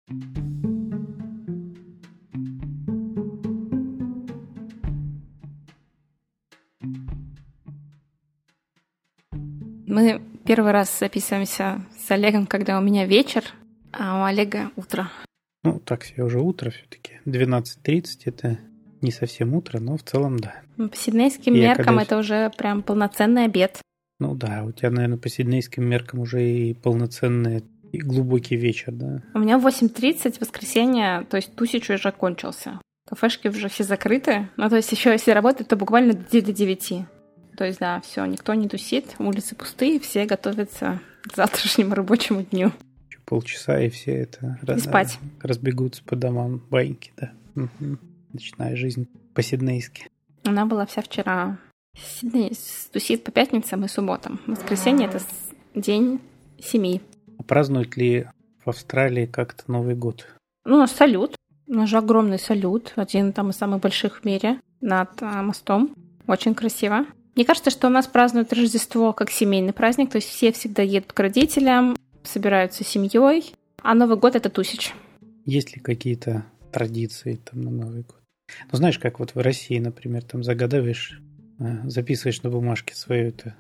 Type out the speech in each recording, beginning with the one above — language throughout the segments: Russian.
Мы первый раз записываемся с Олегом, когда у меня вечер, а у Олега утро. Ну, так себе уже утро все-таки. 12:30 это не совсем утро, но в целом да. По сиднейским меркам это уже прям полноценный обед. Ну да, у тебя, наверное, по сиднейским меркам уже и полноценный и глубокий вечер, да. У меня в 8:30 воскресенье, то есть тусич уже кончился. Кафешки уже все закрыты. Ну, то есть еще если работать, то буквально до 9. То есть, да, все, никто не тусит, улицы пустые, все готовятся к завтрашнему рабочему дню. Еще полчаса, и все это спать. Разбегутся по домам, баиньки, да. Угу. Ночная жизнь по-сиднейски. Она была вся вчера. Сидней тусит по пятницам и субботам. Воскресенье — это день семьи. А празднуют ли в Австралии как-то Новый год? Ну, у нас салют. У нас же огромный салют. Один там из самых больших в мире над мостом. Очень красиво. Мне кажется, что у нас празднуют Рождество как семейный праздник, то есть все всегда едут к родителям, собираются с семьей, а Новый год — это тусич. Есть ли какие-то традиции там на Новый год? Ну, знаешь, как вот в России, например, там загадываешь, записываешь на бумажке свое это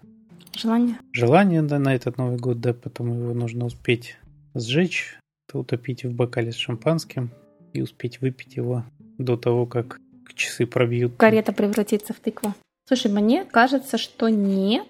желание, да, на этот Новый год, да, потом его нужно успеть сжечь, утопить в бокале с шампанским и успеть выпить его до того, как часы пробьют. Карета превратится в тыкву. Слушай, мне кажется, что нет,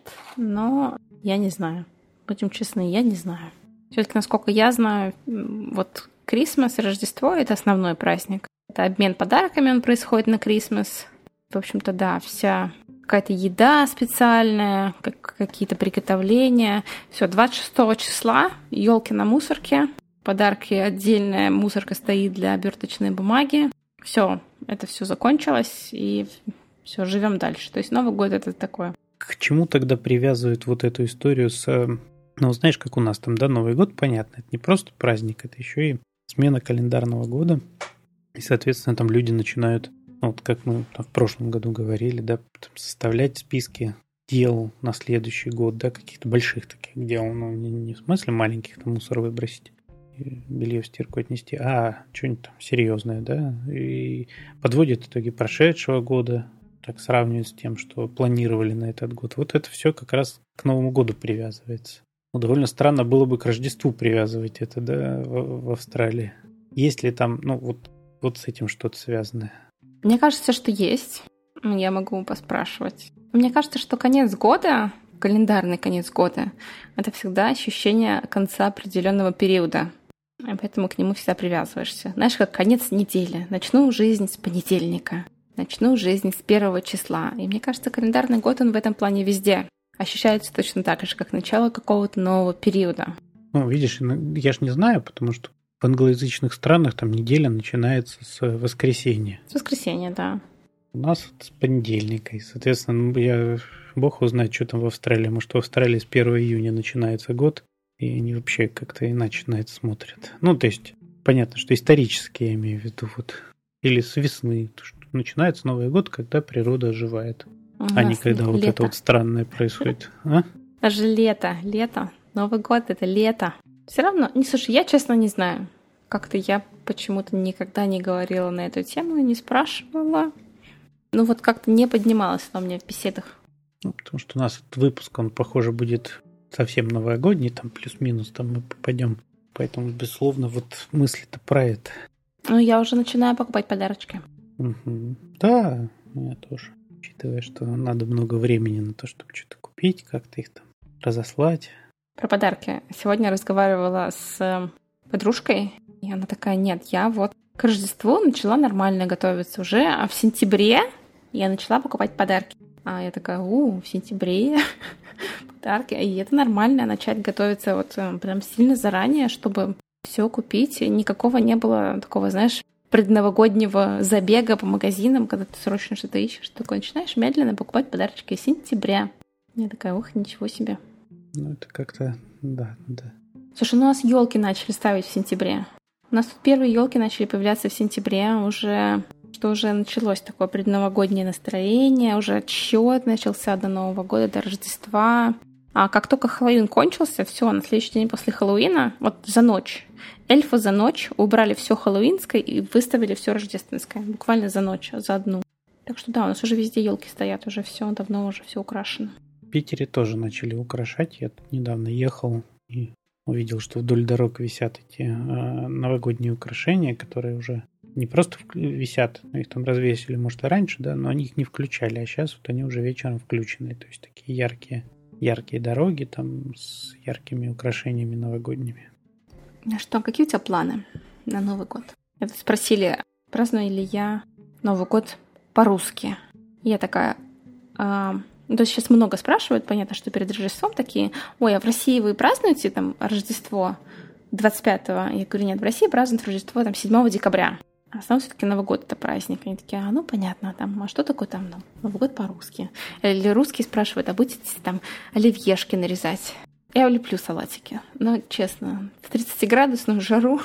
но я не знаю. Будем честны, я не знаю. Все-таки, насколько я знаю, вот Крисмас и Рождество — это основной праздник. Это обмен подарками, он происходит на Крисмас. В общем-то, да, вся какая-то еда специальная, какие-то приготовления. Все, 26 числа елки на мусорке, подарки, отдельная мусорка стоит для оберточной бумаги. Все, это все закончилось, и все, живем дальше. То есть Новый год — это такое. К чему тогда привязывают вот эту историю с... Ну, знаешь, как у нас там, да, Новый год, понятно, это не просто праздник, это еще и смена календарного года. И, соответственно, там люди начинают, ну, вот как мы там в прошлом году говорили, да, составлять списки дел на следующий год, да, каких-то больших таких дел, ну, не в смысле маленьких, там, мусор выбросить, белье в стирку отнести, а что-нибудь там серьезное, да, и подводят итоги прошедшего года, так сравнивают с тем, что планировали на этот год. Вот это все как раз к Новому году привязывается. Ну, довольно странно было бы к Рождеству привязывать это, да, в Австралии. Есть ли там, ну, вот с этим что-то связанное? Мне кажется, что есть. Я могу поспрашивать. Мне кажется, что конец года, календарный конец года, это всегда ощущение конца определенного периода. И поэтому к нему всегда привязываешься. Знаешь, как конец недели. Начну жизнь с понедельника. Начну жизнь с 1 числа. И мне кажется, календарный год, он в этом плане везде ощущается точно так же, как начало какого-то нового периода. Ну, видишь, я ж не знаю, потому что в англоязычных странах там неделя начинается с воскресенья. С воскресенья, да. У нас вот с понедельника. И, соответственно, бог его знает, что там в Австралии. Может, в Австралии с 1 июня начинается год, и они вообще как-то иначе на это смотрят. Ну, то есть, понятно, что исторически я имею в виду, вот. Или с весны, то, что начинается Новый год, когда природа оживает, а не когда вот это вот странное происходит. Даже лето. Новый год — это лето. Все равно, слушай, я честно не знаю. Как-то я почему-то никогда не говорила на эту тему и не спрашивала. Ну вот как-то не поднималась она у меня в беседах. Ну, потому что у нас этот выпуск, он, похоже, будет совсем новогодний, там плюс-минус, там мы попадем. Поэтому, безусловно, вот мысли-то про это. Ну, я уже начинаю покупать подарочки. Угу. Да, я тоже. Учитывая, что надо много времени на то, чтобы что-то купить, как-то их там разослать. Про подарки. Сегодня разговаривала с подружкой, и она такая: нет, я вот к Рождеству начала нормально готовиться уже, а в сентябре я начала покупать подарки. А я такая: в сентябре подарки. И это нормально, начать готовиться вот прям сильно заранее, чтобы все купить. Никакого не было такого, знаешь, предновогоднего забега по магазинам, когда ты срочно что-то ищешь. Ты такой начинаешь медленно покупать подарочки с сентября. Я такая: ничего себе. Ну, это как-то, да. Слушай, у нас елки начали ставить в сентябре. У нас тут первые елки начали появляться в сентябре, уже началось такое предновогоднее настроение, уже отсчет начался до Нового года, до Рождества. А как только Хэллоуин кончился, все, на следующий день после Хэллоуина, вот за ночь, эльфы за ночь убрали все хэллоуинское и выставили все рождественское. Буквально за ночь, за одну. Так что да, у нас уже везде елки стоят, уже все, давно уже все украшено. В Питере тоже начали украшать. Я тут недавно ехал и увидел, что вдоль дорог висят эти новогодние украшения, которые уже не просто висят, их там развесили, может, и раньше, да, но они их не включали, а сейчас вот они уже вечером включены. То есть такие яркие дороги там с яркими украшениями новогодними. Ну что, какие у тебя планы на Новый год? Это спросили, праздную ли я Новый год по-русски. Я такая... то есть сейчас много спрашивают, понятно, что перед Рождеством такие, ой, а в России вы празднуете там Рождество 25-го? Я говорю, нет, в России празднуют Рождество там 7 декабря. А в основном все-таки Новый год — это праздник. Они такие, ну понятно, там, а что такое там Новый год по-русски? Или русские спрашивают, а будете там оливьешки нарезать? Я люблю салатики, но, честно, в 30-градусную жару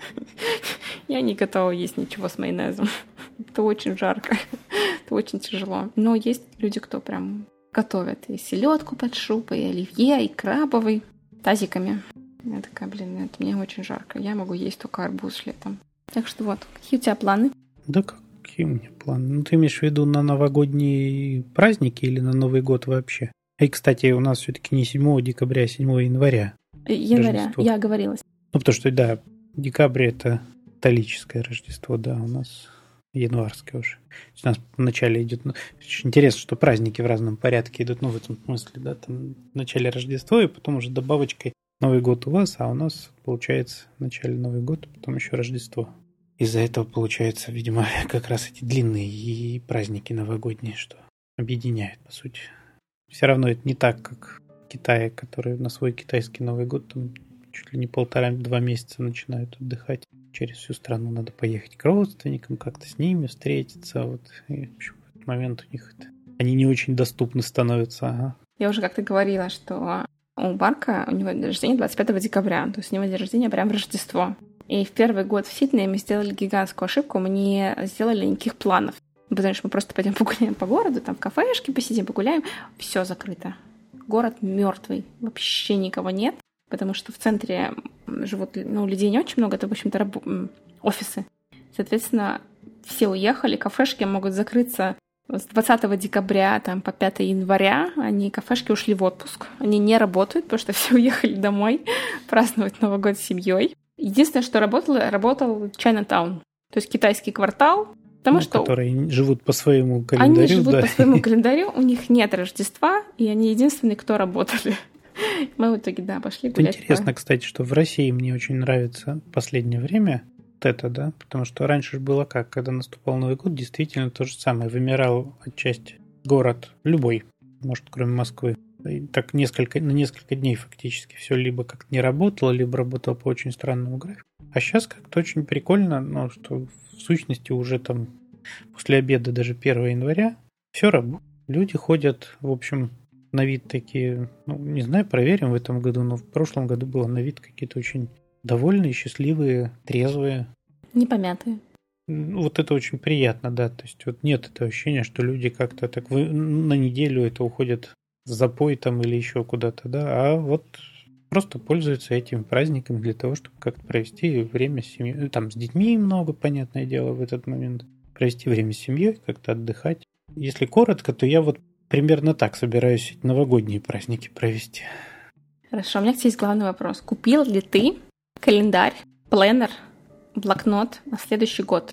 я не готова есть ничего с майонезом. Это очень жарко, это очень тяжело. Но есть люди, кто прям готовят и селедку под шубой, и оливье, и крабовый тазиками. Я такая, это мне очень жарко. Я могу есть только арбуз летом. Так что вот, какие у тебя планы? Да какие у меня планы? Ну, ты имеешь в виду на новогодние праздники или на Новый год вообще? И, кстати, у нас все-таки не 7 декабря, а 7 января. Рождество. Я оговорилась. Ну, потому что, да, декабрь – это католическое Рождество, да, у нас январское уже. У нас вначале идет... Очень интересно, что праздники в разном порядке идут, в этом смысле, да, там в начале Рождество, и потом уже добавочкой Новый год у вас, а у нас, получается, в начале Новый год, потом еще Рождество. Из-за этого, получается, видимо, как раз эти длинные и праздники новогодние, что объединяют, по сути. Все равно это не так, как в Китае, которые на свой китайский Новый год там чуть ли не 1,5-2 месяца начинают отдыхать. Через всю страну надо поехать к родственникам, как-то с ними встретиться. Вот. И, в общем, в этот момент у них они не очень доступны становятся. Ага. Я уже как-то говорила, что у Марка, у него день рождения 25 декабря, то есть у него день рождения прям в Рождество. И в первый год в Сиднее мы сделали гигантскую ошибку, мы не сделали никаких планов. Потому что мы просто пойдем погуляем по городу, там в кафешке посидим, погуляем. Все закрыто. Город мертвый, вообще никого нет, потому что в центре живут, людей не очень много, это, в общем-то, офисы. Соответственно, все уехали, кафешки могут закрыться с 20 декабря там, по 5 января. Кафешки ушли в отпуск, они не работают, потому что все уехали домой праздновать Новый год с семьей. Единственное, что работал Chinatown, то есть китайский квартал, потому что которые живут по своему календарю. Они живут по своему календарю, у них нет Рождества, и они единственные, кто работали. Мы в итоге, пошли гулять. Интересно, кстати, что в России мне очень нравится в последнее время это, да, потому что раньше же было как, когда наступал Новый год, действительно то же самое. Вымирал отчасти город любой, может, кроме Москвы. И так на несколько дней фактически все либо как-то не работало, либо работало по очень странному графику. А сейчас как-то очень прикольно, что в сущности уже там после обеда, даже 1 января, все работает. Люди ходят, в общем, на вид такие, не знаю, проверим в этом году, но в прошлом году было на вид какие-то очень довольные, счастливые, трезвые. Непомятые. Вот это очень приятно, да. То есть вот нет этого ощущения, что люди как-то так на неделю это уходят в запой там или еще куда-то, да, а вот просто пользуются этими праздниками для того, чтобы как-то провести время с семьей. Там с детьми много, понятное дело, в этот момент. Провести время с семьей, как-то отдыхать. Если коротко, то я вот примерно так собираюсь эти новогодние праздники провести. Хорошо, у меня к тебе есть главный вопрос. Купил ли ты календарь, планер, блокнот на следующий год?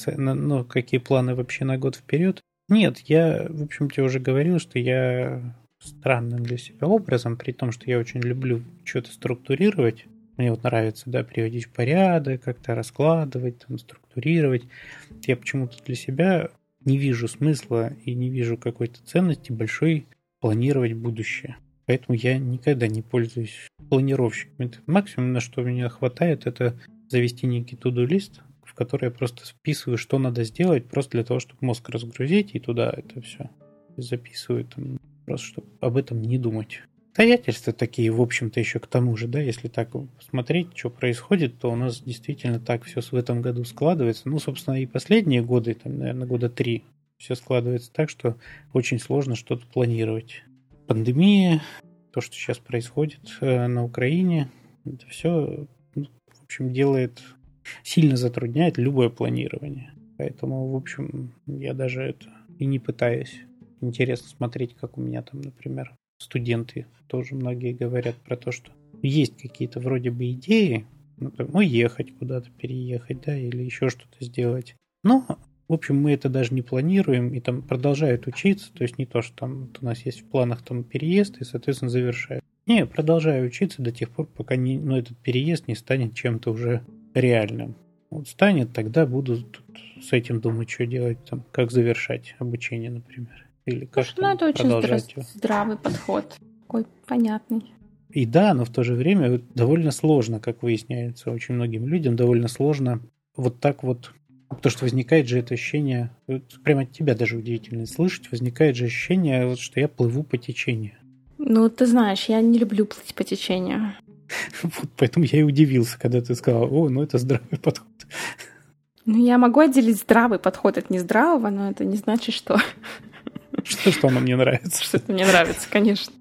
Какие планы вообще на год вперед? Нет, я, в общем, тебе уже говорил, что я странным для себя образом, при том, что я очень люблю что-то структурировать. Мне вот нравится, приводить в порядок, как-то раскладывать, там, структурировать. Я почему-то для себя не вижу смысла и не вижу какой-то ценности большой планировать будущее. Поэтому я никогда не пользуюсь планировщиками. Максимум, на что меня хватает, это завести некий to-do-лист, в который я просто вписываю, что надо сделать, просто для того, чтобы мозг разгрузить, и туда это все записываю, там, просто чтобы об этом не думать. Обстоятельства такие, в общем-то, еще к тому же, если так посмотреть, что происходит, то у нас действительно так все в этом году складывается. Собственно, и последние годы, там, наверное, года 3, все складывается так, что очень сложно что-то планировать. Пандемия, то, что сейчас происходит на Украине, это все, в общем, сильно затрудняет любое планирование. Поэтому, в общем, я даже это и не пытаюсь. Интересно смотреть, как у меня там, например, студенты тоже многие говорят про то, что есть какие-то вроде бы идеи, уехать куда-то, переехать, да, или еще что-то сделать. Но, в общем, мы это даже не планируем, и там продолжают учиться, то есть не то, что там у нас есть в планах там переезд, и, соответственно, завершают. Не, продолжаю учиться до тех пор, пока этот переезд не станет чем-то уже реальным. Вот станет, тогда буду тут с этим думать, что делать, там, как завершать обучение, например. Или как это очень продолжать его. Здравый подход, такой понятный. И да, но в то же время довольно сложно, как выясняется, очень многим людям довольно сложно вот так вот, потому что возникает же это ощущение, прямо от тебя даже удивительно слышать, возникает же ощущение, что я плыву по течению. Ну, ты знаешь, я не люблю плыть по течению. Вот поэтому я и удивился, когда ты сказала, это здравый подход. Ну, я могу отделить здравый подход от нездравого, но это не значит, что... Что оно мне нравится. Что это мне нравится, конечно.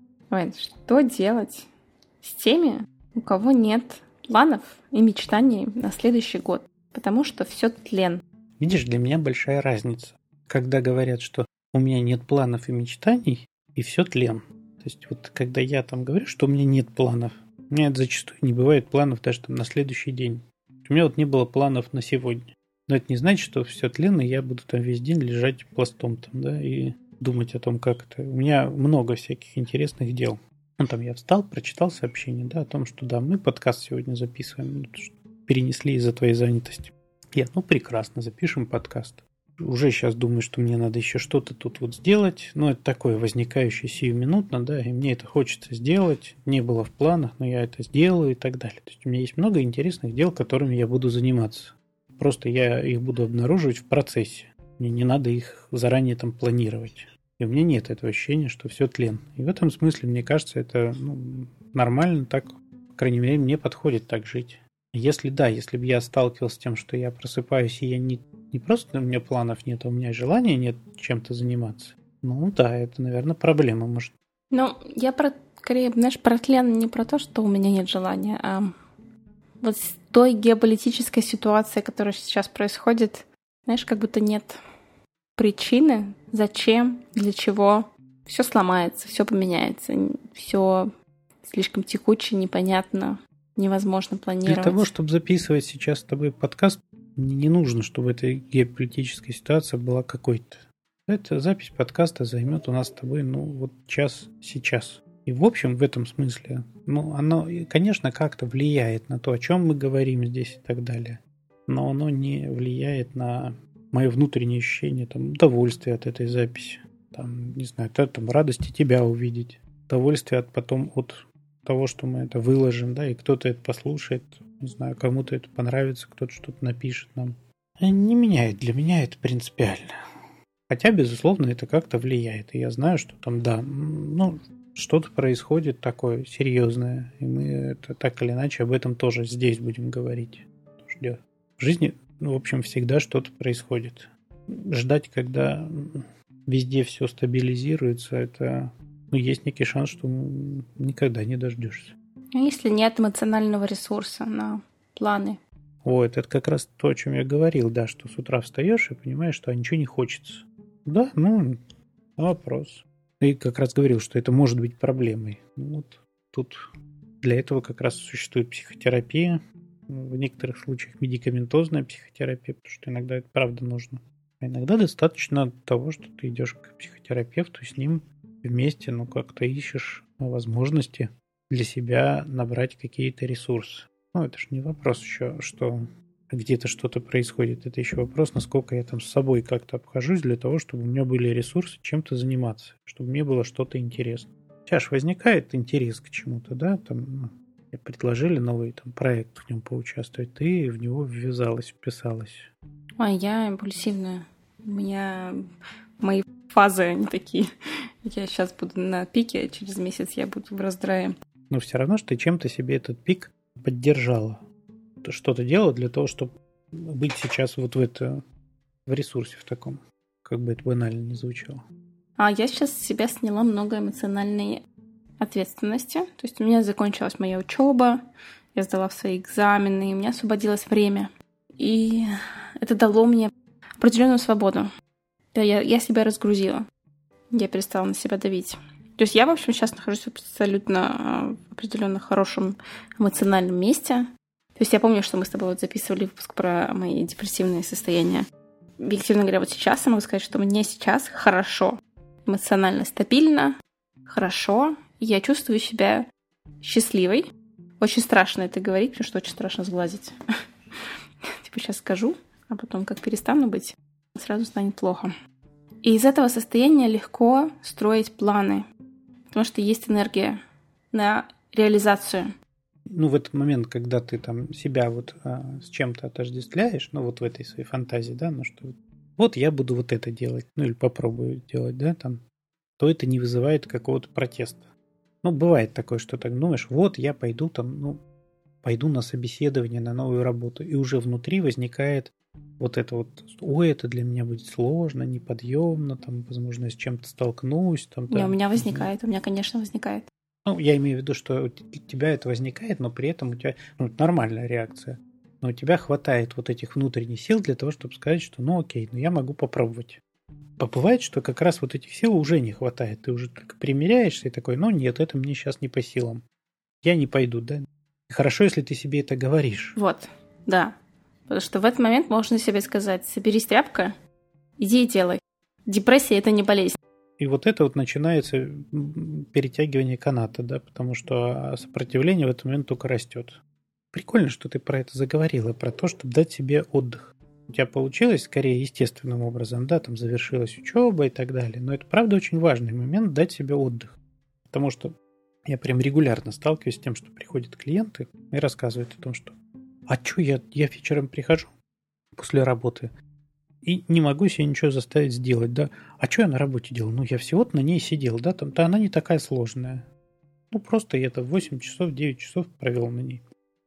Что делать с теми, у кого нет планов и мечтаний на следующий год? Потому что все тлен. Видишь, для меня большая разница. Когда говорят, что у меня нет планов и мечтаний, и все тлен. То есть вот когда я там говорю, что у меня нет планов, у меня зачастую не бывает планов даже там на следующий день. У меня вот не было планов на сегодня. Но это не значит, что все тлен, и я буду там весь день лежать пластом там, да, и думать о том, как это. У меня много всяких интересных дел. Там я встал, прочитал сообщение, да, о том, что да, мы подкаст сегодня записываем, перенесли из-за твоей занятости. Прекрасно, запишем подкаст. Уже сейчас думаю, что мне надо еще что-то тут вот сделать. Это такое возникающее сиюминутно, да, и мне это хочется сделать. Не было в планах, но я это сделаю и так далее. То есть у меня есть много интересных дел, которыми я буду заниматься. Просто я их буду обнаруживать в процессе. Мне не надо их заранее там планировать. И у меня нет этого ощущения, что все тлен. И в этом смысле, мне кажется, это нормально, так, по крайней мере, мне подходит так жить. Если бы я сталкивался с тем, что я просыпаюсь, и я не просто у меня планов нет, а у меня желания нет чем-то заниматься. Это, наверное, проблема, может. Я скорее, про тлен не про то, что у меня нет желания, а вот с той геополитической ситуацией, которая сейчас происходит, знаешь, как будто нет причины, зачем, для чего. Все сломается, все поменяется, все слишком текуче, непонятно, невозможно планировать. Для того, чтобы записывать сейчас с тобой подкаст, не нужно, чтобы эта геополитическая ситуация была какой-то. Эта запись подкаста займет у нас с тобой, час сейчас. И в общем, в этом смысле, оно, конечно, как-то влияет на то, о чем мы говорим здесь и так далее. Но оно не влияет на мое внутреннее ощущение, удовольствия от этой записи. Не знаю, радости тебя увидеть. Удовольствие потом от того, что мы это выложим, да, и кто-то это послушает, не знаю, кому-то это понравится, кто-то что-то напишет нам. Не меняет для меня это принципиально. Хотя, безусловно, это как-то влияет. И я знаю, что что-то происходит такое серьезное, и мы это так или иначе об этом тоже здесь будем говорить. В жизни, в общем, всегда что-то происходит. Ждать, когда везде все стабилизируется, это есть некий шанс, что никогда не дождешься. А если нет эмоционального ресурса на планы? Это как раз то, о чем я говорил, да, что с утра встаешь и понимаешь, что ничего не хочется. Да, вопрос. И как раз говорил, что это может быть проблемой. Тут для этого как раз существует психотерапия, в некоторых случаях медикаментозная психотерапия, потому что иногда это правда нужно. А иногда достаточно того, что ты идешь к психотерапевту, с ним вместе, как-то ищешь возможности для себя набрать какие-то ресурсы. Это же не вопрос еще, что где-то что-то происходит. Это еще вопрос, насколько я с собой как-то обхожусь для того, чтобы у меня были ресурсы чем-то заниматься, чтобы мне было что-то интересно. Сейчас возникает интерес к чему-то, да, предложили новый проект в нем поучаствовать, ты в него ввязалась, вписалась. Я импульсивная. У меня мои фазы они такие. Я сейчас буду на пике, а через месяц я буду в раздрае. Но все равно, что ты чем-то себе этот пик поддержала. Ты что-то делала для того, чтобы быть сейчас в ресурсе в таком, как бы это банально не звучало. Я сейчас с себя сняла много эмоциональной ответственности. То есть у меня закончилась моя учеба, я сдала свои экзамены, и у меня освободилось время. И это дало мне определенную свободу. Я себя разгрузила. Я перестала на себя давить. То есть я, в общем, сейчас нахожусь в абсолютно определенно хорошем эмоциональном месте. То есть я помню, что мы с тобой вот записывали выпуск про мои депрессивные состояния. Объективно говоря, вот сейчас я могу сказать, что мне сейчас хорошо. Эмоционально стабильно, хорошо. И я чувствую себя счастливой. Очень страшно это говорить, потому что очень страшно сглазить. Типа сейчас скажу, а потом как перестану быть, сразу станет плохо. И из этого состояния легко строить планы, потому что есть энергия на реализацию. Ну, в этот момент, когда ты там себя вот с чем-то отождествляешь, ну, вот в этой своей фантазии, да, ну, что вот я буду вот это делать, ну, или попробую делать, да, там, то это не вызывает какого-то протеста. Ну, бывает такое, что так думаешь, вот я пойду там, ну, пойду на собеседование, на новую работу, и уже внутри возникает вот это вот, ой, это для меня будет сложно, неподъемно, там, возможно, я с чем-то столкнусь. Там, Не, у меня возникает, у меня, конечно, возникает. Ну, я имею в виду, что у тебя это возникает, но при этом у тебя это нормальная реакция. Но у тебя хватает вот этих внутренних сил для того, чтобы сказать, что ну окей, ну я могу попробовать. А бывает, что как раз вот этих сил уже не хватает. Ты уже только примиряешься и такой, ну нет, это мне сейчас не по силам. Я не пойду, да? Хорошо, если ты себе это говоришь. Вот, да. Потому что в этот момент можно себе сказать, соберись, тряпка, иди и делай. Депрессия – это не болезнь. И вот это вот начинается перетягивание каната, да, потому что сопротивление в этот момент только растет. Прикольно, что ты про это заговорила, про то, чтобы дать себе отдых. У тебя получилось скорее естественным образом, да, там завершилась учеба и так далее. Но это правда очень важный момент дать себе отдых. Потому что я прям регулярно сталкиваюсь с тем, что приходят клиенты и рассказывают о том, что а что я вечером прихожу после работы и не могу себе ничего заставить сделать, да. А что я на работе делал? Ну, я всего-то на ней сидел, да, там-то она не такая сложная. Ну, просто я это 8 часов, 9 часов провел на ней.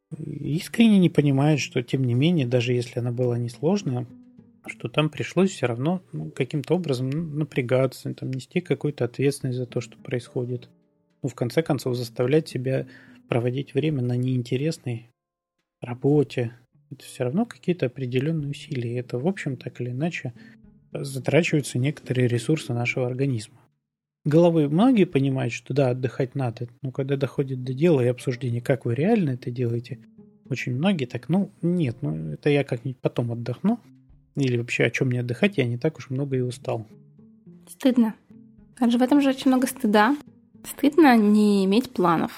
И искренне не понимает, что, тем не менее, даже если она была несложная, что там пришлось все равно каким-то образом напрягаться, там, нести какую-то ответственность за то, что происходит. Ну, в конце концов, заставлять себя проводить время на неинтересной работе. Это все равно какие-то определенные усилия. Это, в общем, так или иначе затрачиваются некоторые ресурсы нашего организма. Головой многие понимают, что да, отдыхать надо, но когда доходит до дела и обсуждения, как вы реально это делаете, очень многие так, ну, нет, ну, это я как-нибудь потом отдохну. Или вообще, о чем мне отдыхать, я не так уж много и устал. Стыдно. Также в этом же очень много стыда. Стыдно не иметь планов.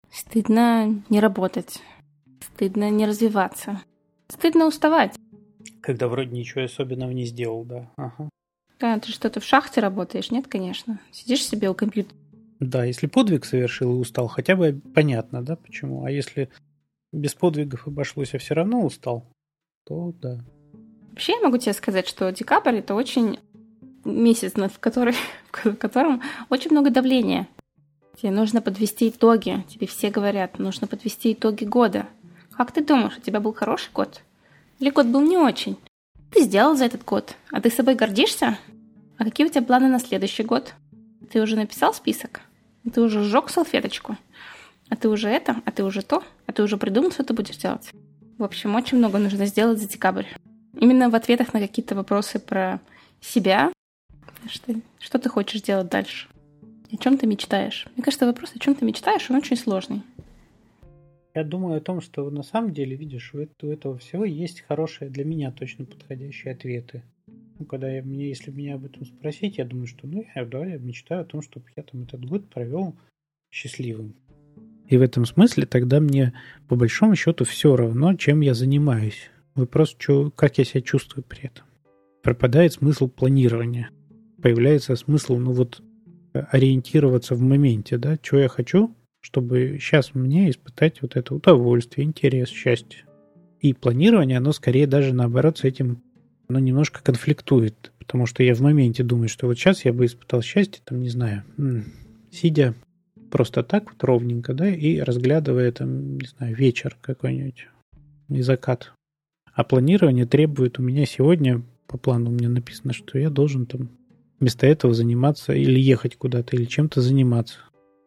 Стыдно не работать. Стыдно не развиваться. Стыдно уставать. Когда вроде ничего особенного не сделал, да. Ага. Когда ты что-то в шахте работаешь, нет, конечно. Сидишь себе у компьютера. Да, если подвиг совершил и устал, хотя бы понятно, да, почему. А если без подвигов обошлось, а все равно устал, то да. Вообще я могу тебе сказать, что декабрь – это очень месяц, в котором очень много давления. Тебе нужно подвести итоги. Тебе все говорят, нужно подвести итоги года. Как ты думаешь, у тебя был хороший год? Или год был не очень? Ты сделал за этот год, а ты собой гордишься? А какие у тебя планы на следующий год? Ты уже написал список? Ты уже сжег салфеточку? А ты уже это? А ты уже то? А ты уже придумал, что ты будешь делать? В общем, очень много нужно сделать за декабрь. Именно в ответах на какие-то вопросы про себя. Что ты хочешь делать дальше? О чем ты мечтаешь? Мне кажется, вопрос, о чем ты мечтаешь, он очень сложный. Я думаю о том, что на самом деле, видишь, у этого всего есть хорошие для меня точно подходящие ответы. Ну, если меня об этом спросить, я думаю, что я мечтаю о том, чтобы я там этот год провел счастливым. И в этом смысле тогда мне по большому счету все равно, чем я занимаюсь. Вопрос, как я себя чувствую при этом. Пропадает смысл планирования. Появляется смысл, ориентироваться в моменте, да, что я хочу, чтобы сейчас мне испытать вот это удовольствие, интерес, счастье. И планирование, оно скорее даже наоборот с этим, оно немножко конфликтует, потому что я в моменте думаю, что вот сейчас я бы испытал счастье, там, не знаю, сидя просто так вот ровненько, да, и разглядывая там, не знаю, вечер какой-нибудь и закат. А планирование требует у меня сегодня, по плану у меня написано, что я должен там вместо этого заниматься или ехать куда-то, или чем-то заниматься.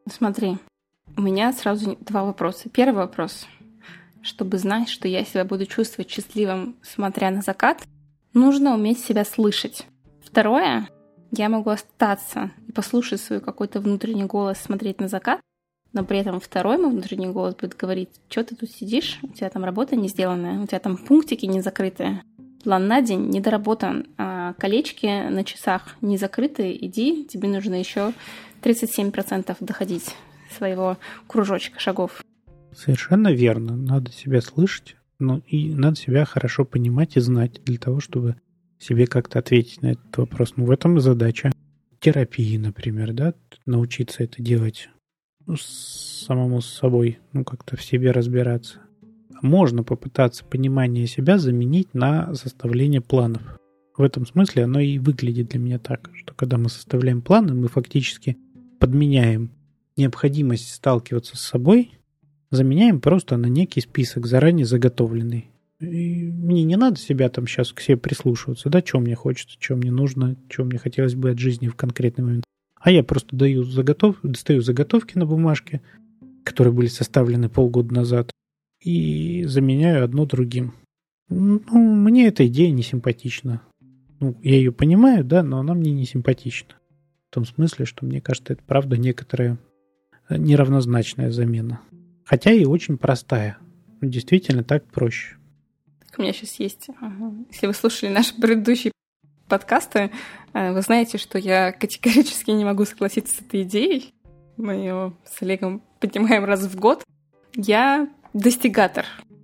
Смотри, у меня сразу два вопроса. Первый вопрос. Чтобы знать, что я себя буду чувствовать счастливым, смотря на закат, нужно уметь себя слышать. Второе. Я могу остаться и послушать свой какой-то внутренний голос, смотреть на закат, но при этом второй мой внутренний голос будет говорить: что ты тут сидишь, у тебя там работа не сделанная, у тебя там пунктики не закрытые, план на день не доработан, а колечки на часах не закрыты, иди, тебе нужно еще 37% доходить своего кружочка шагов. Совершенно верно. Надо себя слышать, но и надо себя хорошо понимать и знать для того, чтобы себе как-то ответить на этот вопрос. Ну, в этом и задача терапии, например, да, научиться это делать самому с собой, ну, как-то в себе разбираться. Можно попытаться понимание себя заменить на составление планов. В этом смысле оно и выглядит для меня так, что когда мы составляем планы, мы фактически подменяем необходимость сталкиваться с собой, заменяем просто на некий список, заранее заготовленный. И мне не надо себя там сейчас к себе прислушиваться, да, что мне хочется, что мне нужно, что мне хотелось бы от жизни в конкретный момент. А я просто достаю заготовки на бумажке, которые были составлены полгода назад, и заменяю одно другим. Ну, мне эта идея не симпатична. Ну, я ее понимаю, да, но она мне не симпатична. В том смысле, что мне кажется, это правда некоторая неравнозначная замена. Хотя и очень простая. Действительно, так проще. У меня сейчас есть... Если вы слушали наши предыдущие подкасты, вы знаете, что я категорически не могу согласиться с этой идеей. Мы ее с Олегом поднимаем раз в год. Я достигатор.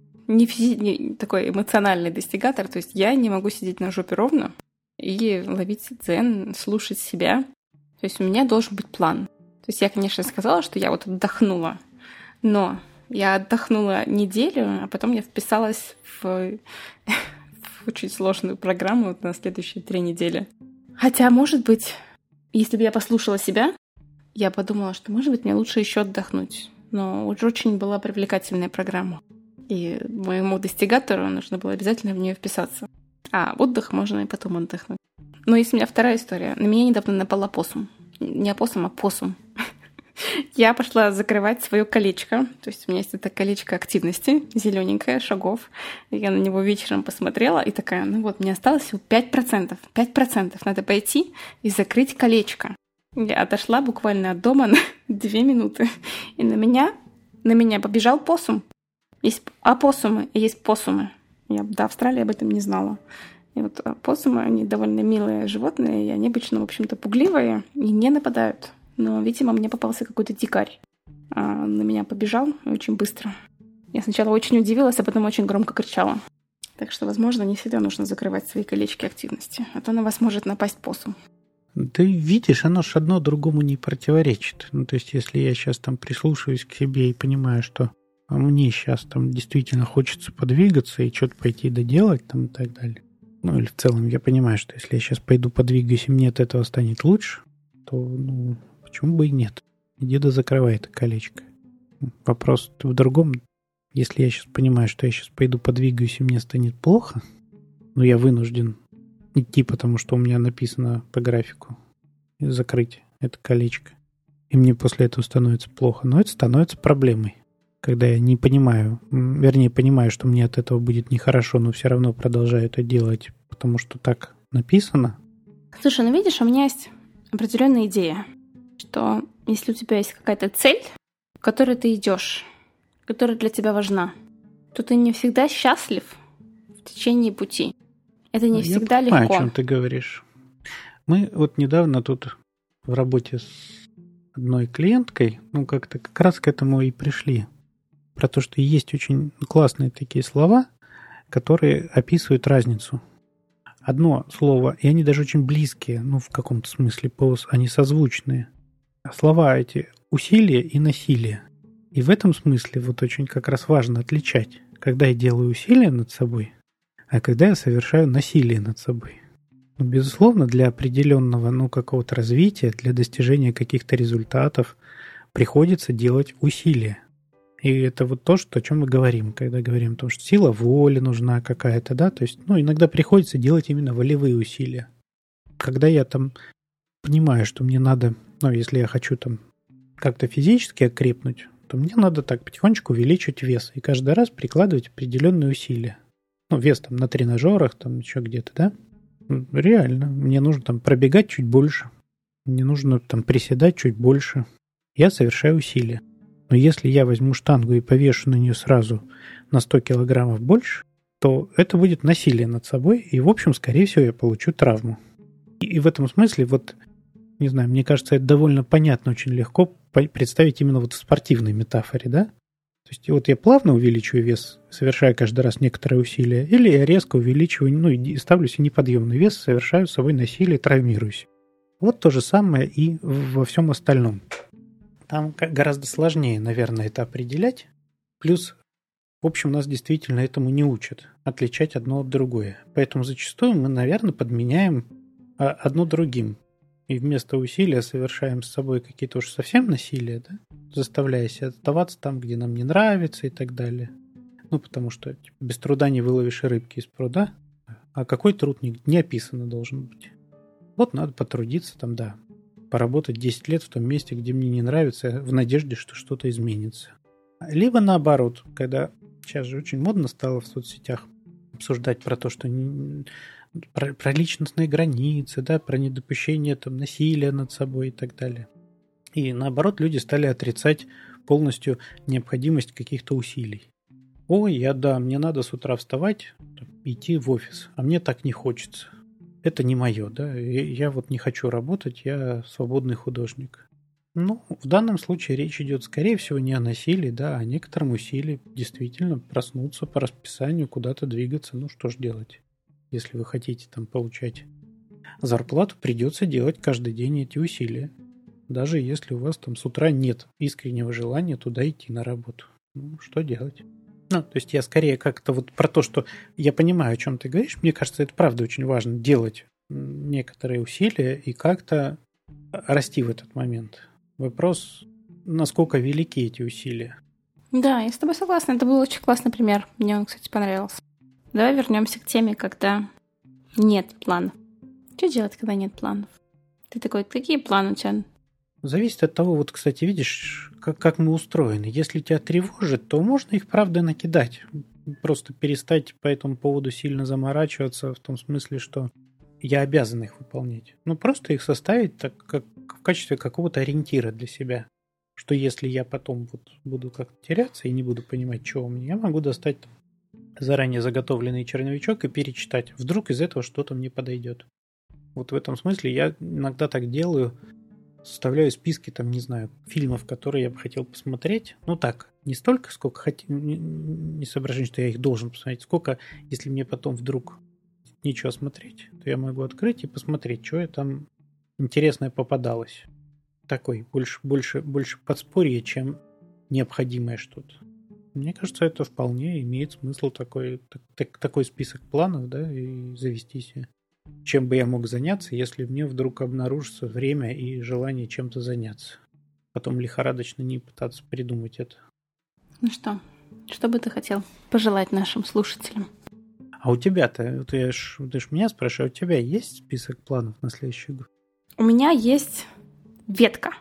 Не такой эмоциональный достигатор. То есть я не могу сидеть на жопе ровно и ловить дзен, слушать себя. То есть у меня должен быть план. То есть я, конечно, сказала, что я вот отдохнула, но я отдохнула неделю, а потом я вписалась в очень сложную программу на следующие 3 недели. Хотя, может быть, если бы я послушала себя, я подумала, что, может быть, мне лучше еще отдохнуть. Но уже очень была привлекательная программа. И моему достигатору нужно было обязательно в нее вписаться. А отдых можно и потом отдохнуть. Но есть у меня вторая история. На меня недавно напал опоссум. Не опоссум, а поссум. Я пошла закрывать свое колечко. То есть у меня есть это колечко активности, зелененькое, шагов. Я на него вечером посмотрела и такая: ну вот, мне осталось всего 5%. 5%. Надо пойти и закрыть колечко. Я отошла буквально от дома на 2 минуты. И на меня побежал поссум. Есть опоссумы и есть поссумы. Я до Австралии об этом не знала. И вот опоссумы, они довольно милые животные, и они обычно, в общем-то, пугливые и не нападают. Но, видимо, мне попался какой-то дикарь. На меня побежал очень быстро. Я сначала очень удивилась, а потом очень громко кричала. Так что, возможно, не всегда нужно закрывать свои колечки активности, а то на вас может напасть поссум. Ты видишь, оно ж одно другому не противоречит. Ну, то есть, если я сейчас там прислушиваюсь к себе и понимаю, что мне сейчас там действительно хочется подвигаться и что-то пойти доделать там и так далее. Ну, или в целом я понимаю, что если я сейчас пойду подвигаюсь, и мне от этого станет лучше, то, ну, почему бы и нет? Иди да закрывай это колечко. Вопрос в другом. Если я сейчас понимаю, что я сейчас пойду подвигаюсь, и мне станет плохо, но я вынужден идти, потому что у меня написано по графику закрыть это колечко, и мне после этого становится плохо, но это становится проблемой. Когда я не понимаю, вернее, понимаю, что мне от этого будет нехорошо, но все равно продолжаю это делать, потому что так написано. Слушай, ну видишь, у меня есть определенная идея, что если у тебя есть какая-то цель, к которой ты идешь, которая для тебя важна, то ты не всегда счастлив в течение пути. Это не всегда легко. Я понимаю, о чем ты говоришь. Мы вот недавно тут в работе с одной клиенткой, ну, как-то как раз к этому и пришли. Про то, что есть очень классные такие слова, которые описывают разницу. Одно слово, и они даже очень близкие, ну, в каком-то смысле, они созвучные. Слова эти — усилие и насилие. И в этом смысле вот очень как раз важно отличать, когда я делаю усилие над собой, а когда я совершаю насилие над собой. Ну, безусловно, для определенного, ну, какого-то развития, для достижения каких-то результатов приходится делать усилия. И это вот то, о чем мы говорим, когда говорим о том, что сила воли нужна какая-то, да, то есть, ну, иногда приходится делать именно волевые усилия. Когда я там понимаю, что мне надо, ну, если я хочу там как-то физически окрепнуть, то мне надо так потихонечку увеличивать вес и каждый раз прикладывать определенные усилия. Ну, вес там на тренажерах, там еще где-то, да? Реально. Мне нужно там пробегать чуть больше. Мне нужно там приседать чуть больше. Я совершаю усилия. Но если я возьму штангу и повешу на нее сразу на 100 килограммов больше, то это будет насилие над собой, и, в общем, скорее всего, я получу травму. И в этом смысле, вот, не знаю, мне кажется, это довольно понятно, очень легко представить именно вот в спортивной метафоре, да? То есть вот я плавно увеличиваю вес, совершая каждый раз некоторые усилия, или я резко увеличиваю, ну, и ставлю себе неподъемный вес, совершаю с собой насилие, травмируюсь. Вот то же самое и во всем остальном. Там гораздо сложнее, наверное, это определять. Плюс, в общем, нас действительно этому не учат, отличать одно от другое. Поэтому зачастую мы, наверное, подменяем одно другим. И вместо усилия совершаем с собой какие-то уж совсем насилия, да? Заставляя себя оставаться там, где нам не нравится и так далее. Ну, потому что типа, без труда не выловишь рыбки из пруда, а какой труд не описано должен быть. Вот надо потрудиться там, да, поработать 10 лет в том месте, где мне не нравится, в надежде, что что-то изменится. Либо наоборот, когда сейчас же очень модно стало в соцсетях обсуждать про то, что про личностные границы, да, про недопущение там, насилия над собой и так далее. И наоборот, люди стали отрицать полностью необходимость каких-то усилий. Ой, мне надо с утра вставать, идти в офис, а мне так не хочется. Это не мое, да, я вот не хочу работать, я свободный художник. Ну, в данном случае речь идет, скорее всего, не о насилии, да, а о некотором усилии действительно проснуться по расписанию, куда-то двигаться. Ну, что ж делать? Если вы хотите там получать зарплату, придется делать каждый день эти усилия. Даже если у вас там с утра нет искреннего желания туда идти на работу. Ну, что делать? Ну, то есть я скорее как-то вот про то, что я понимаю, о чем ты говоришь. Мне кажется, это правда очень важно делать некоторые усилия и как-то расти в этот момент. Вопрос, насколько велики эти усилия. Да, я с тобой согласна. Это был очень классный пример. Мне он, кстати, понравился. Давай вернемся к теме, когда нет планов. Что делать, когда нет планов? Ты такой, какие планы у тебя? Зависит от того, вот, кстати, видишь, как мы устроены. Если тебя тревожит, то можно их, правда, накидать. Просто перестать по этому поводу сильно заморачиваться, в том смысле, что я обязан их выполнять. Ну, просто их составить так, как в качестве какого-то ориентира для себя. Что если я потом вот буду как-то теряться и не буду понимать, что у меня, я могу достать заранее заготовленный черновичок и перечитать. Вдруг из этого что-то мне подойдет. Вот в этом смысле я иногда так делаю. Составляю списки, там, не знаю, фильмов, которые я бы хотел посмотреть. Ну так, не столько, сколько не соображение, что я их должен посмотреть, сколько, если мне потом вдруг нечего смотреть, то я могу открыть и посмотреть, что там интересное попадалось. Такой, больше подспорье, чем необходимое что-то. Мне кажется, это вполне имеет смысл такой список планов, да, и завести себе. Чем бы я мог заняться, если мне вдруг обнаружится время и желание чем-то заняться. Потом лихорадочно не пытаться придумать это. Ну что бы ты хотел пожелать нашим слушателям? А у тебя-то, ты ж меня спрашиваешь, у тебя есть список планов на следующий год? У меня есть ветка.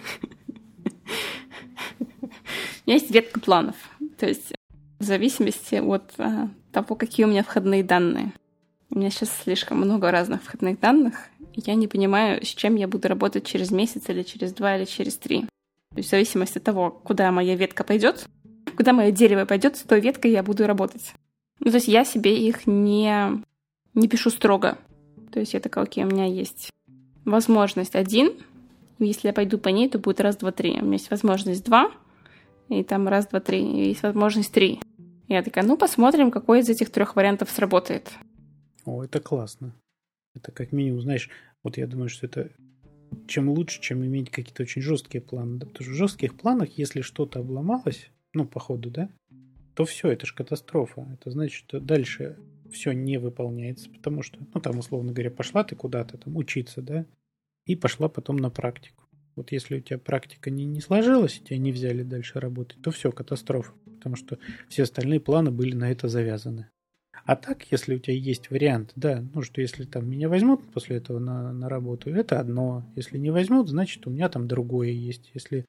У меня есть ветка планов. То есть в зависимости от того, какие у меня входные данные. У меня сейчас слишком много разных входных данных, и я не понимаю, с чем я буду работать через месяц или через 2 или через 3. То есть в зависимости от того, куда моя ветка пойдет, куда мое дерево пойдет, с той веткой я буду работать. Ну, то есть я себе их не пишу строго. То есть я такая, окей, у меня есть возможность 1, и если я пойду по ней, то будет 1, 2, 3. У меня есть возможность 2, и там 1, 2, 3, и есть возможность 3. И я такая, посмотрим, какой из этих 3 вариантов сработает. О, это классно. Это как минимум, знаешь, вот я думаю, что это чем лучше, чем иметь какие-то очень жесткие планы. Да? Потому что в жестких планах, если что-то обломалось, по ходу, да, то все, это же катастрофа. Это значит, что дальше все не выполняется, потому что, там, условно говоря, пошла ты куда-то там учиться, да, и пошла потом на практику. Вот если у тебя практика не сложилась, тебя не взяли дальше работать, то все, катастрофа, потому что все остальные планы были на это завязаны. А так, если у тебя есть вариант, да, что если там меня возьмут после этого на работу, это одно. Если не возьмут, значит, у меня там другое есть. Если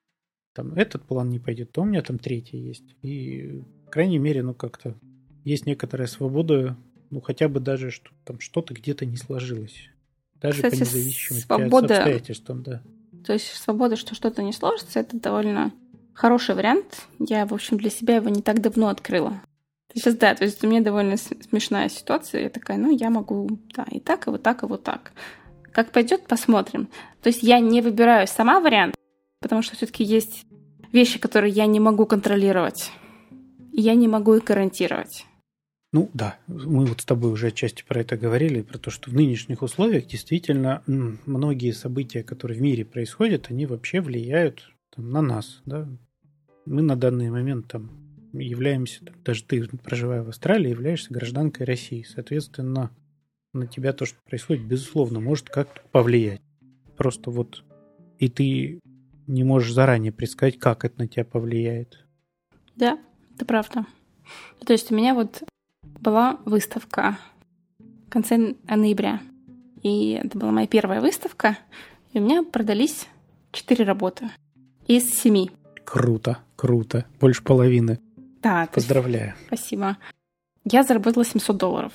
там этот план не пойдет, то у меня там третий есть. И, по крайней мере, ну, как-то есть некоторая свобода, ну, хотя бы даже, что там что-то где-то не сложилось. Даже Кстати, по независимости свобода, от обстоятельствам, да. то есть свобода, что что-то не сложится, это довольно хороший вариант. Я, в общем, для себя его не так давно открыла. Сейчас, да, то есть у меня довольно смешная ситуация. Я такая, ну, я могу, да, и так, и вот так, и вот так. Как пойдет, посмотрим. То есть я не выбираю сама вариант, потому что все-таки есть вещи, которые я не могу контролировать. И я не могу их гарантировать. Ну да, мы вот с тобой уже отчасти про это говорили, про то, что в нынешних условиях действительно многие события, которые в мире происходят, они вообще влияют там, на нас. Да? Мы на данный момент там являемся, там, даже ты, проживая в Австралии, являешься гражданкой России. Соответственно, на тебя то, что происходит, безусловно, может как-то повлиять. Просто вот и ты не можешь заранее предсказать, как это на тебя повлияет. Да, это правда. То есть у меня вот была выставка в конце ноября. И это была моя первая выставка. И у меня продались 4 работы из 7. Круто, круто. Больше половины. Да. Поздравляю. Спасибо. Я заработала $700.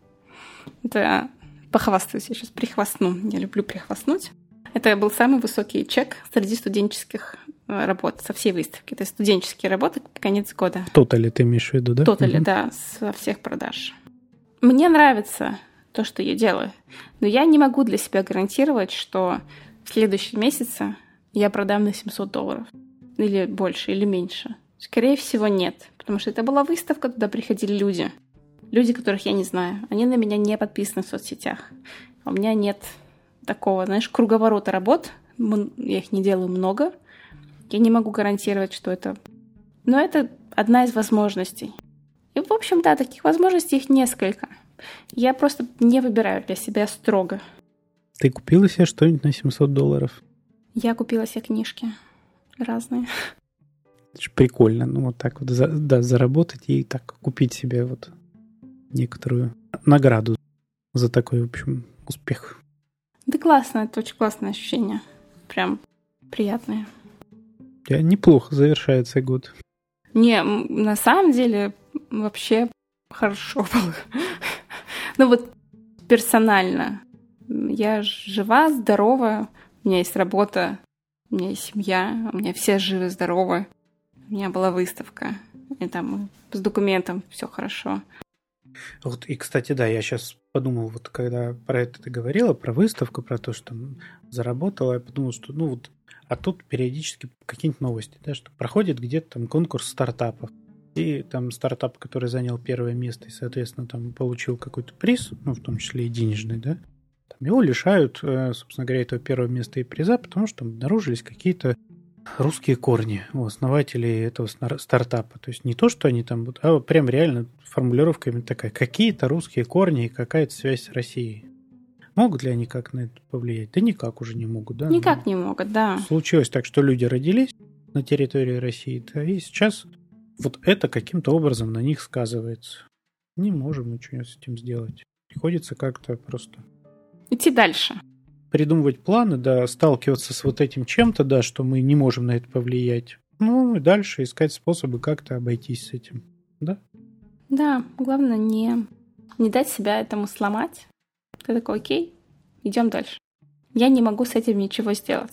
Это похвастаюсь, я сейчас прихвастну. Я люблю прихвастнуть. Это был самый высокий чек среди студенческих работ со всей выставки. Это студенческие работы конец года. Тотали ты имеешь в виду, да? Тотали, да, со всех продаж. Мне нравится то, что я делаю, но я не могу для себя гарантировать, что в следующем месяце я продам на $700. Или больше, или меньше. Скорее всего, нет. Потому что это была выставка, туда приходили люди. Люди, которых я не знаю. Они на меня не подписаны в соцсетях. У меня нет такого, знаешь, круговорота работ. Я их не делаю много. Я не могу гарантировать, что это... Но это одна из возможностей. И, в общем, да, таких возможностей их несколько. Я просто не выбираю для себя строго. Ты купила себе что-нибудь на $700? Я купила себе книжки разные. Это же прикольно. Ну, вот так вот, да, заработать и так купить себе вот некоторую награду за такой, в общем, успех. Да классно, это очень классное ощущение. Прям приятное. У тебя неплохо завершается год. Не, на самом деле вообще хорошо было. Ну вот персонально. Я жива, здорова, у меня есть работа, у меня есть семья, у меня все живы, здоровы. У меня была выставка, и там с документом все хорошо. Вот, и, кстати, да, я сейчас подумал, вот когда про это ты говорила, про выставку, про то, что там заработала, я подумал, что, ну вот, а тут периодически какие-нибудь новости, да, что проходит где-то там конкурс стартапов, и там стартап, который занял первое место и, соответственно, там получил какой-то приз, ну, в том числе и денежный, да, там его лишают, собственно говоря, этого первого места и приза, потому что там обнаружились какие-то русские корни у основателей этого стартапа. То есть не то, что они там, а прям реально формулировка именно такая. Какие-то русские корни и какая-то связь с Россией. Могут ли они как на это повлиять? Да никак уже не могут, да? Никак не могут, да. Случилось так, что люди родились на территории России, да, и сейчас вот это каким-то образом на них сказывается. Не можем ничего с этим сделать. Приходится как-то просто... Идти дальше. Придумывать планы, да, сталкиваться с вот этим чем-то, да, что мы не можем на это повлиять. Ну, и дальше искать способы как-то обойтись с этим, да? Да, главное не дать себя этому сломать. Ты такой, окей, идем дальше. Я не могу с этим ничего сделать.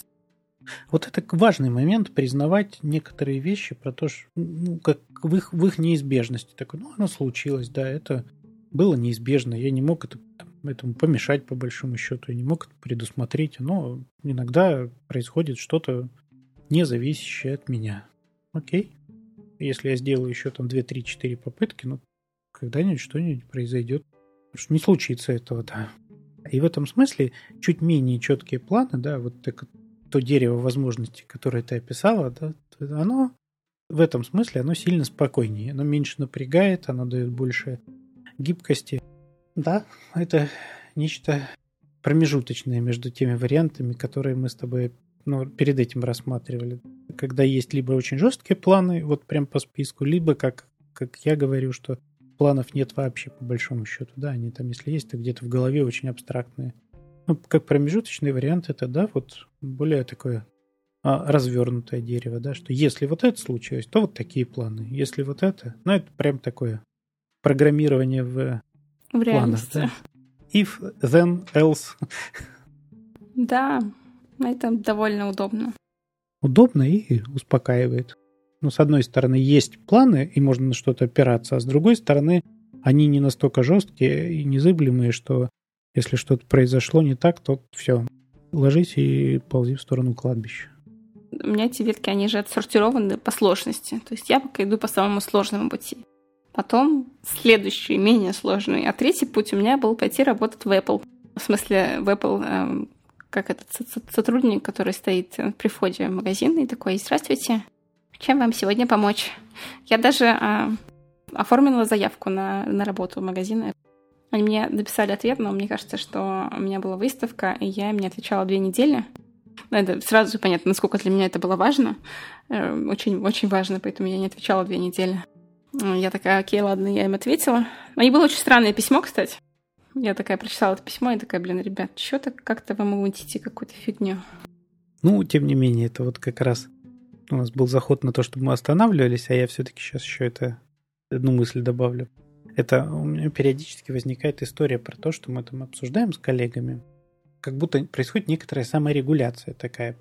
Вот это важный момент, признавать некоторые вещи про то, что, ну, как в их неизбежности. Такой, ну, оно случилось, да, это было неизбежно, я не мог этому помешать, по большому счету, я не мог это предусмотреть, но иногда происходит что-то не зависящее от меня. Окей. Если я сделаю еще там 2, 3, 4 попытки, ну, когда-нибудь что-нибудь произойдет. Потому что не случится этого, да. И в этом смысле чуть менее четкие планы, да, вот так, то дерево возможностей, которое ты описала, да, оно в этом смысле оно сильно спокойнее, оно меньше напрягает, оно дает больше гибкости. Да, это нечто промежуточное между теми вариантами, которые мы с тобой перед этим рассматривали. Когда есть либо очень жесткие планы, вот прям по списку, либо, как я говорю, что планов нет вообще, по большому счету. Да, они там, если есть, то где-то в голове очень абстрактные. Ну, как промежуточный вариант, это, да, вот более такое развернутое дерево, да, что если вот это случилось, то вот такие планы. Если вот это, ну, это прям такое программирование в планах, реальности. да. If, then, else. Да, это довольно удобно. Удобно и успокаивает. Ну, с одной стороны, есть планы, и можно на что-то опираться, а с другой стороны, они не настолько жесткие и незыблемые, что если что-то произошло не так, то все, ложись и ползи в сторону кладбища. У меня эти ветки, они же отсортированы по сложности. То есть я пока иду по самому сложному пути. Потом следующий, менее сложный. А третий путь у меня был пойти работать в Apple. В смысле, в Apple, как этот сотрудник, который стоит при входе в магазин и такой: «Здравствуйте, чем вам сегодня помочь?» Я даже оформила заявку на работу в магазин. Они мне написали ответ, но мне кажется, что у меня была выставка, и я им не отвечала 2 недели. Это сразу понятно, насколько для меня это было важно. Очень важно, поэтому я не отвечала 2 недели. Я такая: окей, ладно, я им ответила. И было очень странное письмо, кстати. Я такая прочитала это письмо и такая: блин, ребят, что-то как-то вы мутите какую-то фигню. Ну, тем не менее, это вот как раз у нас был заход на то, чтобы мы останавливались, а я все-таки сейчас еще одну мысль добавлю. Это у меня периодически возникает история про то, что мы там обсуждаем с коллегами, как будто происходит некоторая саморегуляция такая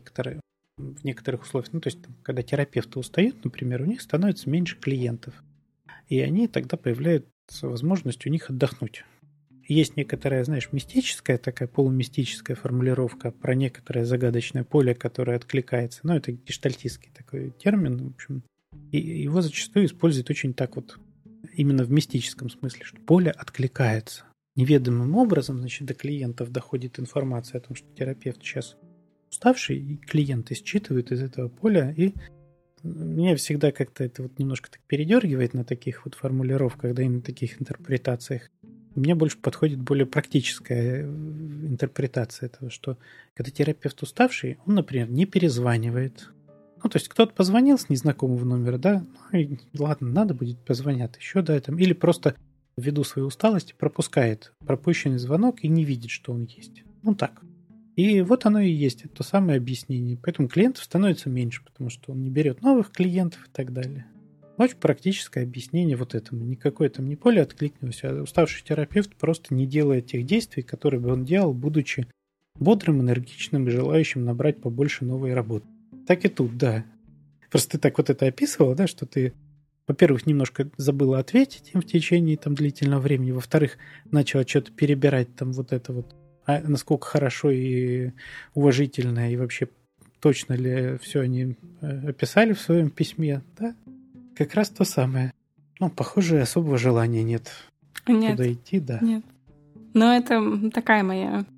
в некоторых условиях. Ну, то есть, когда терапевты устают, например, у них становится меньше клиентов, и они тогда появляется возможность у них отдохнуть. Есть некоторая, знаешь, мистическая, такая полумистическая формулировка про некоторое загадочное поле, которое откликается. Ну, это гештальтистский такой термин, в общем. И его зачастую используют очень так вот, именно в мистическом смысле, что поле откликается. Неведомым образом, значит, до клиентов доходит информация о том, что терапевт сейчас уставший, и клиенты считывают из этого поля, и меня всегда как-то это вот немножко так передергивает на таких вот формулировках, да и на таких интерпретациях. Мне больше подходит более практическая интерпретация этого, что когда терапевт уставший, он, например, не перезванивает. Ну, то есть кто-то позвонил с незнакомого номера, да, ну и ладно, надо будет позвонят еще, да, там, или просто ввиду своей усталости пропускает пропущенный звонок и не видит, что он есть. Ну так. И вот оно и есть, это то самое объяснение. Поэтому клиентов становится меньше, потому что он не берет новых клиентов и так далее. Очень практическое объяснение вот этому. Никакое там не поле откликнулось, а уставший терапевт просто не делает тех действий, которые бы он делал, будучи бодрым, энергичным и желающим набрать побольше новой работы. Так и тут, да. Просто ты так вот это описывала, да, что ты, во-первых, немножко забыла ответить им в течение там длительного времени, во-вторых, начала что-то перебирать там вот это вот, а насколько хорошо и уважительно, и вообще точно ли все они описали в своем письме, да? Как раз то самое. Ну, похоже, особого желания нет туда идти, да. Нет. Но это такая моя...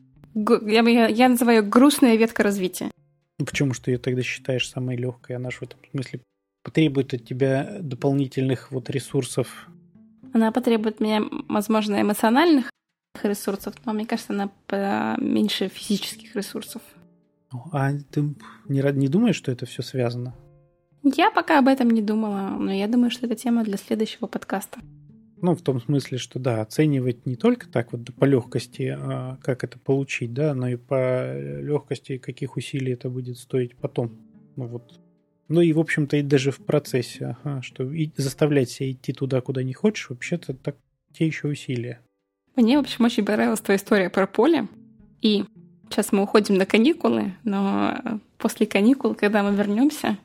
Я называю ее грустная ветка развития. Ну, почему что ее тогда считаешь самой легкой? Она же в этом смысле потребует от тебя дополнительных вот ресурсов. Она потребует от меня, возможно, эмоциональных ресурсов, но мне кажется, она меньше физических ресурсов. А ты не думаешь, что это все связано? Я пока об этом не думала, но я думаю, что это тема для следующего подкаста. Ну, в том смысле, что да, оценивать не только так вот по легкости, как это получить, да, но и по легкости, каких усилий это будет стоить потом. Ну вот. Ну и, в общем-то, и даже в процессе, что и заставлять себя идти туда, куда не хочешь, вообще-то так те еще усилия. Мне, в общем, очень понравилась твоя история про поле. И сейчас мы уходим на каникулы, но после каникул, когда мы вернемся,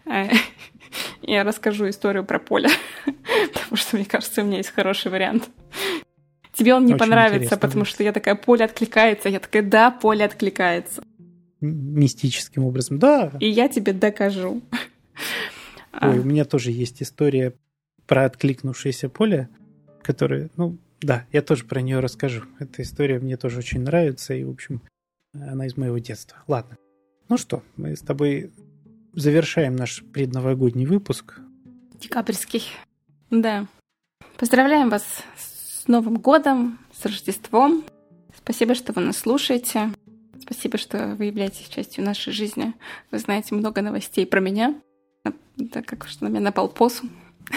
я расскажу историю про поле, потому что, мне кажется, у меня есть хороший вариант. Тебе он не очень понравится, потому что я такая: поле откликается. Я такая: да, поле откликается. Мистическим образом, да. И я тебе докажу. Ой, у меня тоже есть история про откликнувшееся поле, которая, ну, да, я тоже про нее расскажу. Эта история мне тоже очень нравится, и, в общем, она из моего детства. Ладно. Ну что, мы с тобой завершаем наш предновогодний выпуск. Декабрьский. Да. Поздравляем вас с Новым годом, с Рождеством. Спасибо, что вы нас слушаете. Спасибо, что вы являетесь частью нашей жизни. Вы знаете много новостей про меня. Так как что на меня напал посум.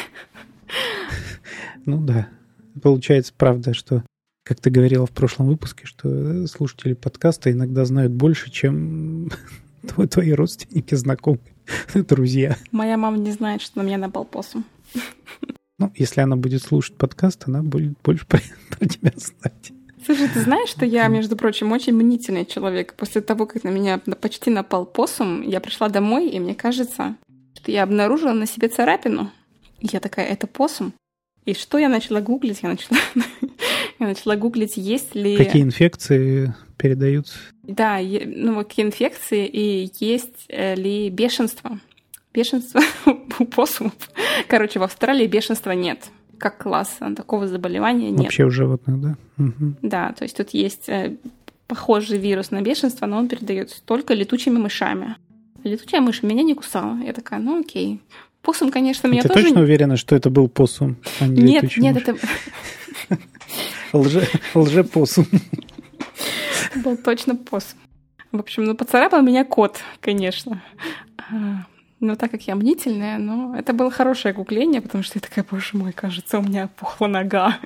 Ну да. Получается, правда, что, как ты говорила в прошлом выпуске, что слушатели подкаста иногда знают больше, чем твои родственники, знакомые, друзья. Моя мама не знает, что на меня напал посум. Ну, если она будет слушать подкаст, она будет больше про тебя знать. Слушай, ты знаешь, что я, между прочим, очень мнительный человек. После того, как на меня почти напал посум, я пришла домой, и мне кажется, что я обнаружила на себе царапину. И я такая, это посум? И что я начала гуглить? Я начала гуглить, есть ли... Какие инфекции передаются? Да, какие инфекции, и есть ли бешенство. Бешенство у посумов. Короче, в Австралии бешенства нет. Как класса такого заболевания нет. Вообще у животных, да? Угу. Да, то есть тут есть похожий вирус на бешенство, но он передается только летучими мышами. Летучая мышь меня не кусала. Я такая, ну окей. Посум, конечно, меня тоже... Ты точно уверена, что это был посум, а не летучая мышь? Нет, это... Лже-посум. Был точно посум. В общем, поцарапал меня кот, конечно. Но так как я мнительная, это было хорошее гугление, потому что я такая, боже мой, кажется, у меня опухла нога.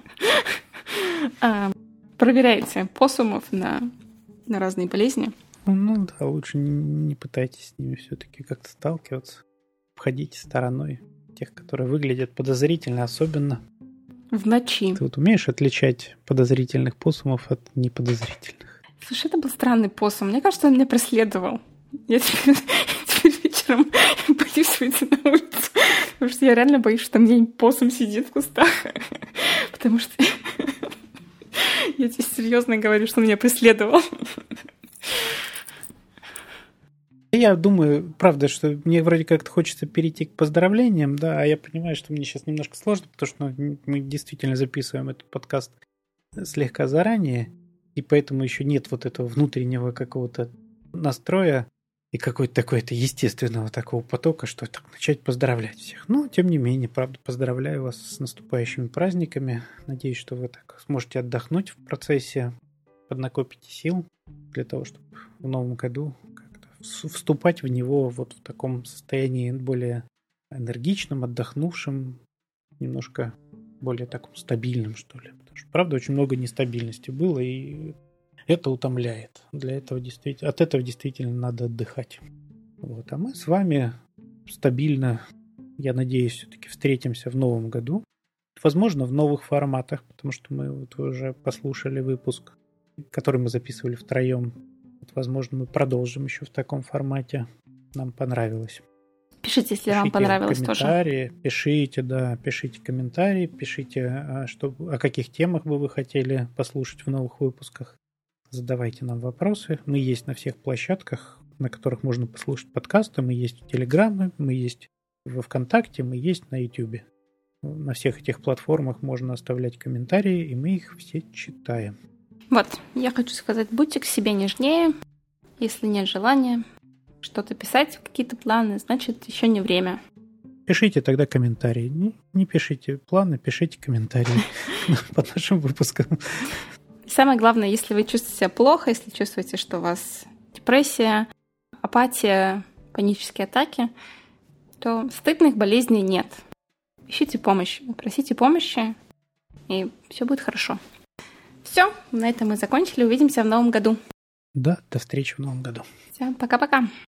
Проверяйте посумов на разные болезни. Ну да, лучше не пытайтесь с ними все-таки как-то сталкиваться. Обходите стороной тех, которые выглядят подозрительно, особенно в ночи. Ты вот умеешь отличать подозрительных посумов от неподозрительных? Слушай, это был странный посум. Мне кажется, он меня преследовал. Я теперь вечером боюсь выйти на улицу, потому что я реально боюсь, что там где-нибудь посум сидит в кустах. Потому что я тебе серьезно говорю, что он меня преследовал. Я думаю, правда, что мне вроде как-то хочется перейти к поздравлениям, да, а я понимаю, что мне сейчас немножко сложно, потому что мы действительно записываем этот подкаст слегка заранее, и поэтому еще нет вот этого внутреннего какого-то настроя и какой-то такой-то естественного такого потока, что так начать поздравлять всех. Но, тем не менее, правда, поздравляю вас с наступающими праздниками. Надеюсь, что вы так сможете отдохнуть в процессе, поднакопите сил для того, чтобы в новом году вступать в него вот в таком состоянии более энергичном, отдохнувшем, немножко более таком стабильном, что ли. Потому что, правда, очень много нестабильности было, и это утомляет. От этого действительно надо отдыхать. Вот. А мы с вами стабильно, я надеюсь, все-таки встретимся в новом году. Возможно, в новых форматах, потому что мы вот уже послушали выпуск, который мы записывали втроем. Возможно, мы продолжим еще в таком формате. Нам понравилось. Пишите, если вам понравилось тоже. Пишите комментарии, пишите, о каких темах бы вы хотели послушать в новых выпусках. Задавайте нам вопросы. Мы есть на всех площадках, на которых можно послушать подкасты. Мы есть в Телеграме, мы есть во ВКонтакте, мы есть на Ютубе. На всех этих платформах можно оставлять комментарии, и мы их все читаем. Вот, я хочу сказать, будьте к себе нежнее. Если нет желания что-то писать, какие-то планы, значит, еще не время. Пишите тогда комментарии. Не пишите планы, пишите комментарии под нашим выпуском. Самое главное, если вы чувствуете себя плохо, если чувствуете, что у вас депрессия, апатия, панические атаки, то стыдных болезней нет. Ищите помощь, просите помощи, и все будет хорошо. Все, на этом мы закончили. Увидимся в новом году. Да, до встречи в новом году. Все, пока-пока.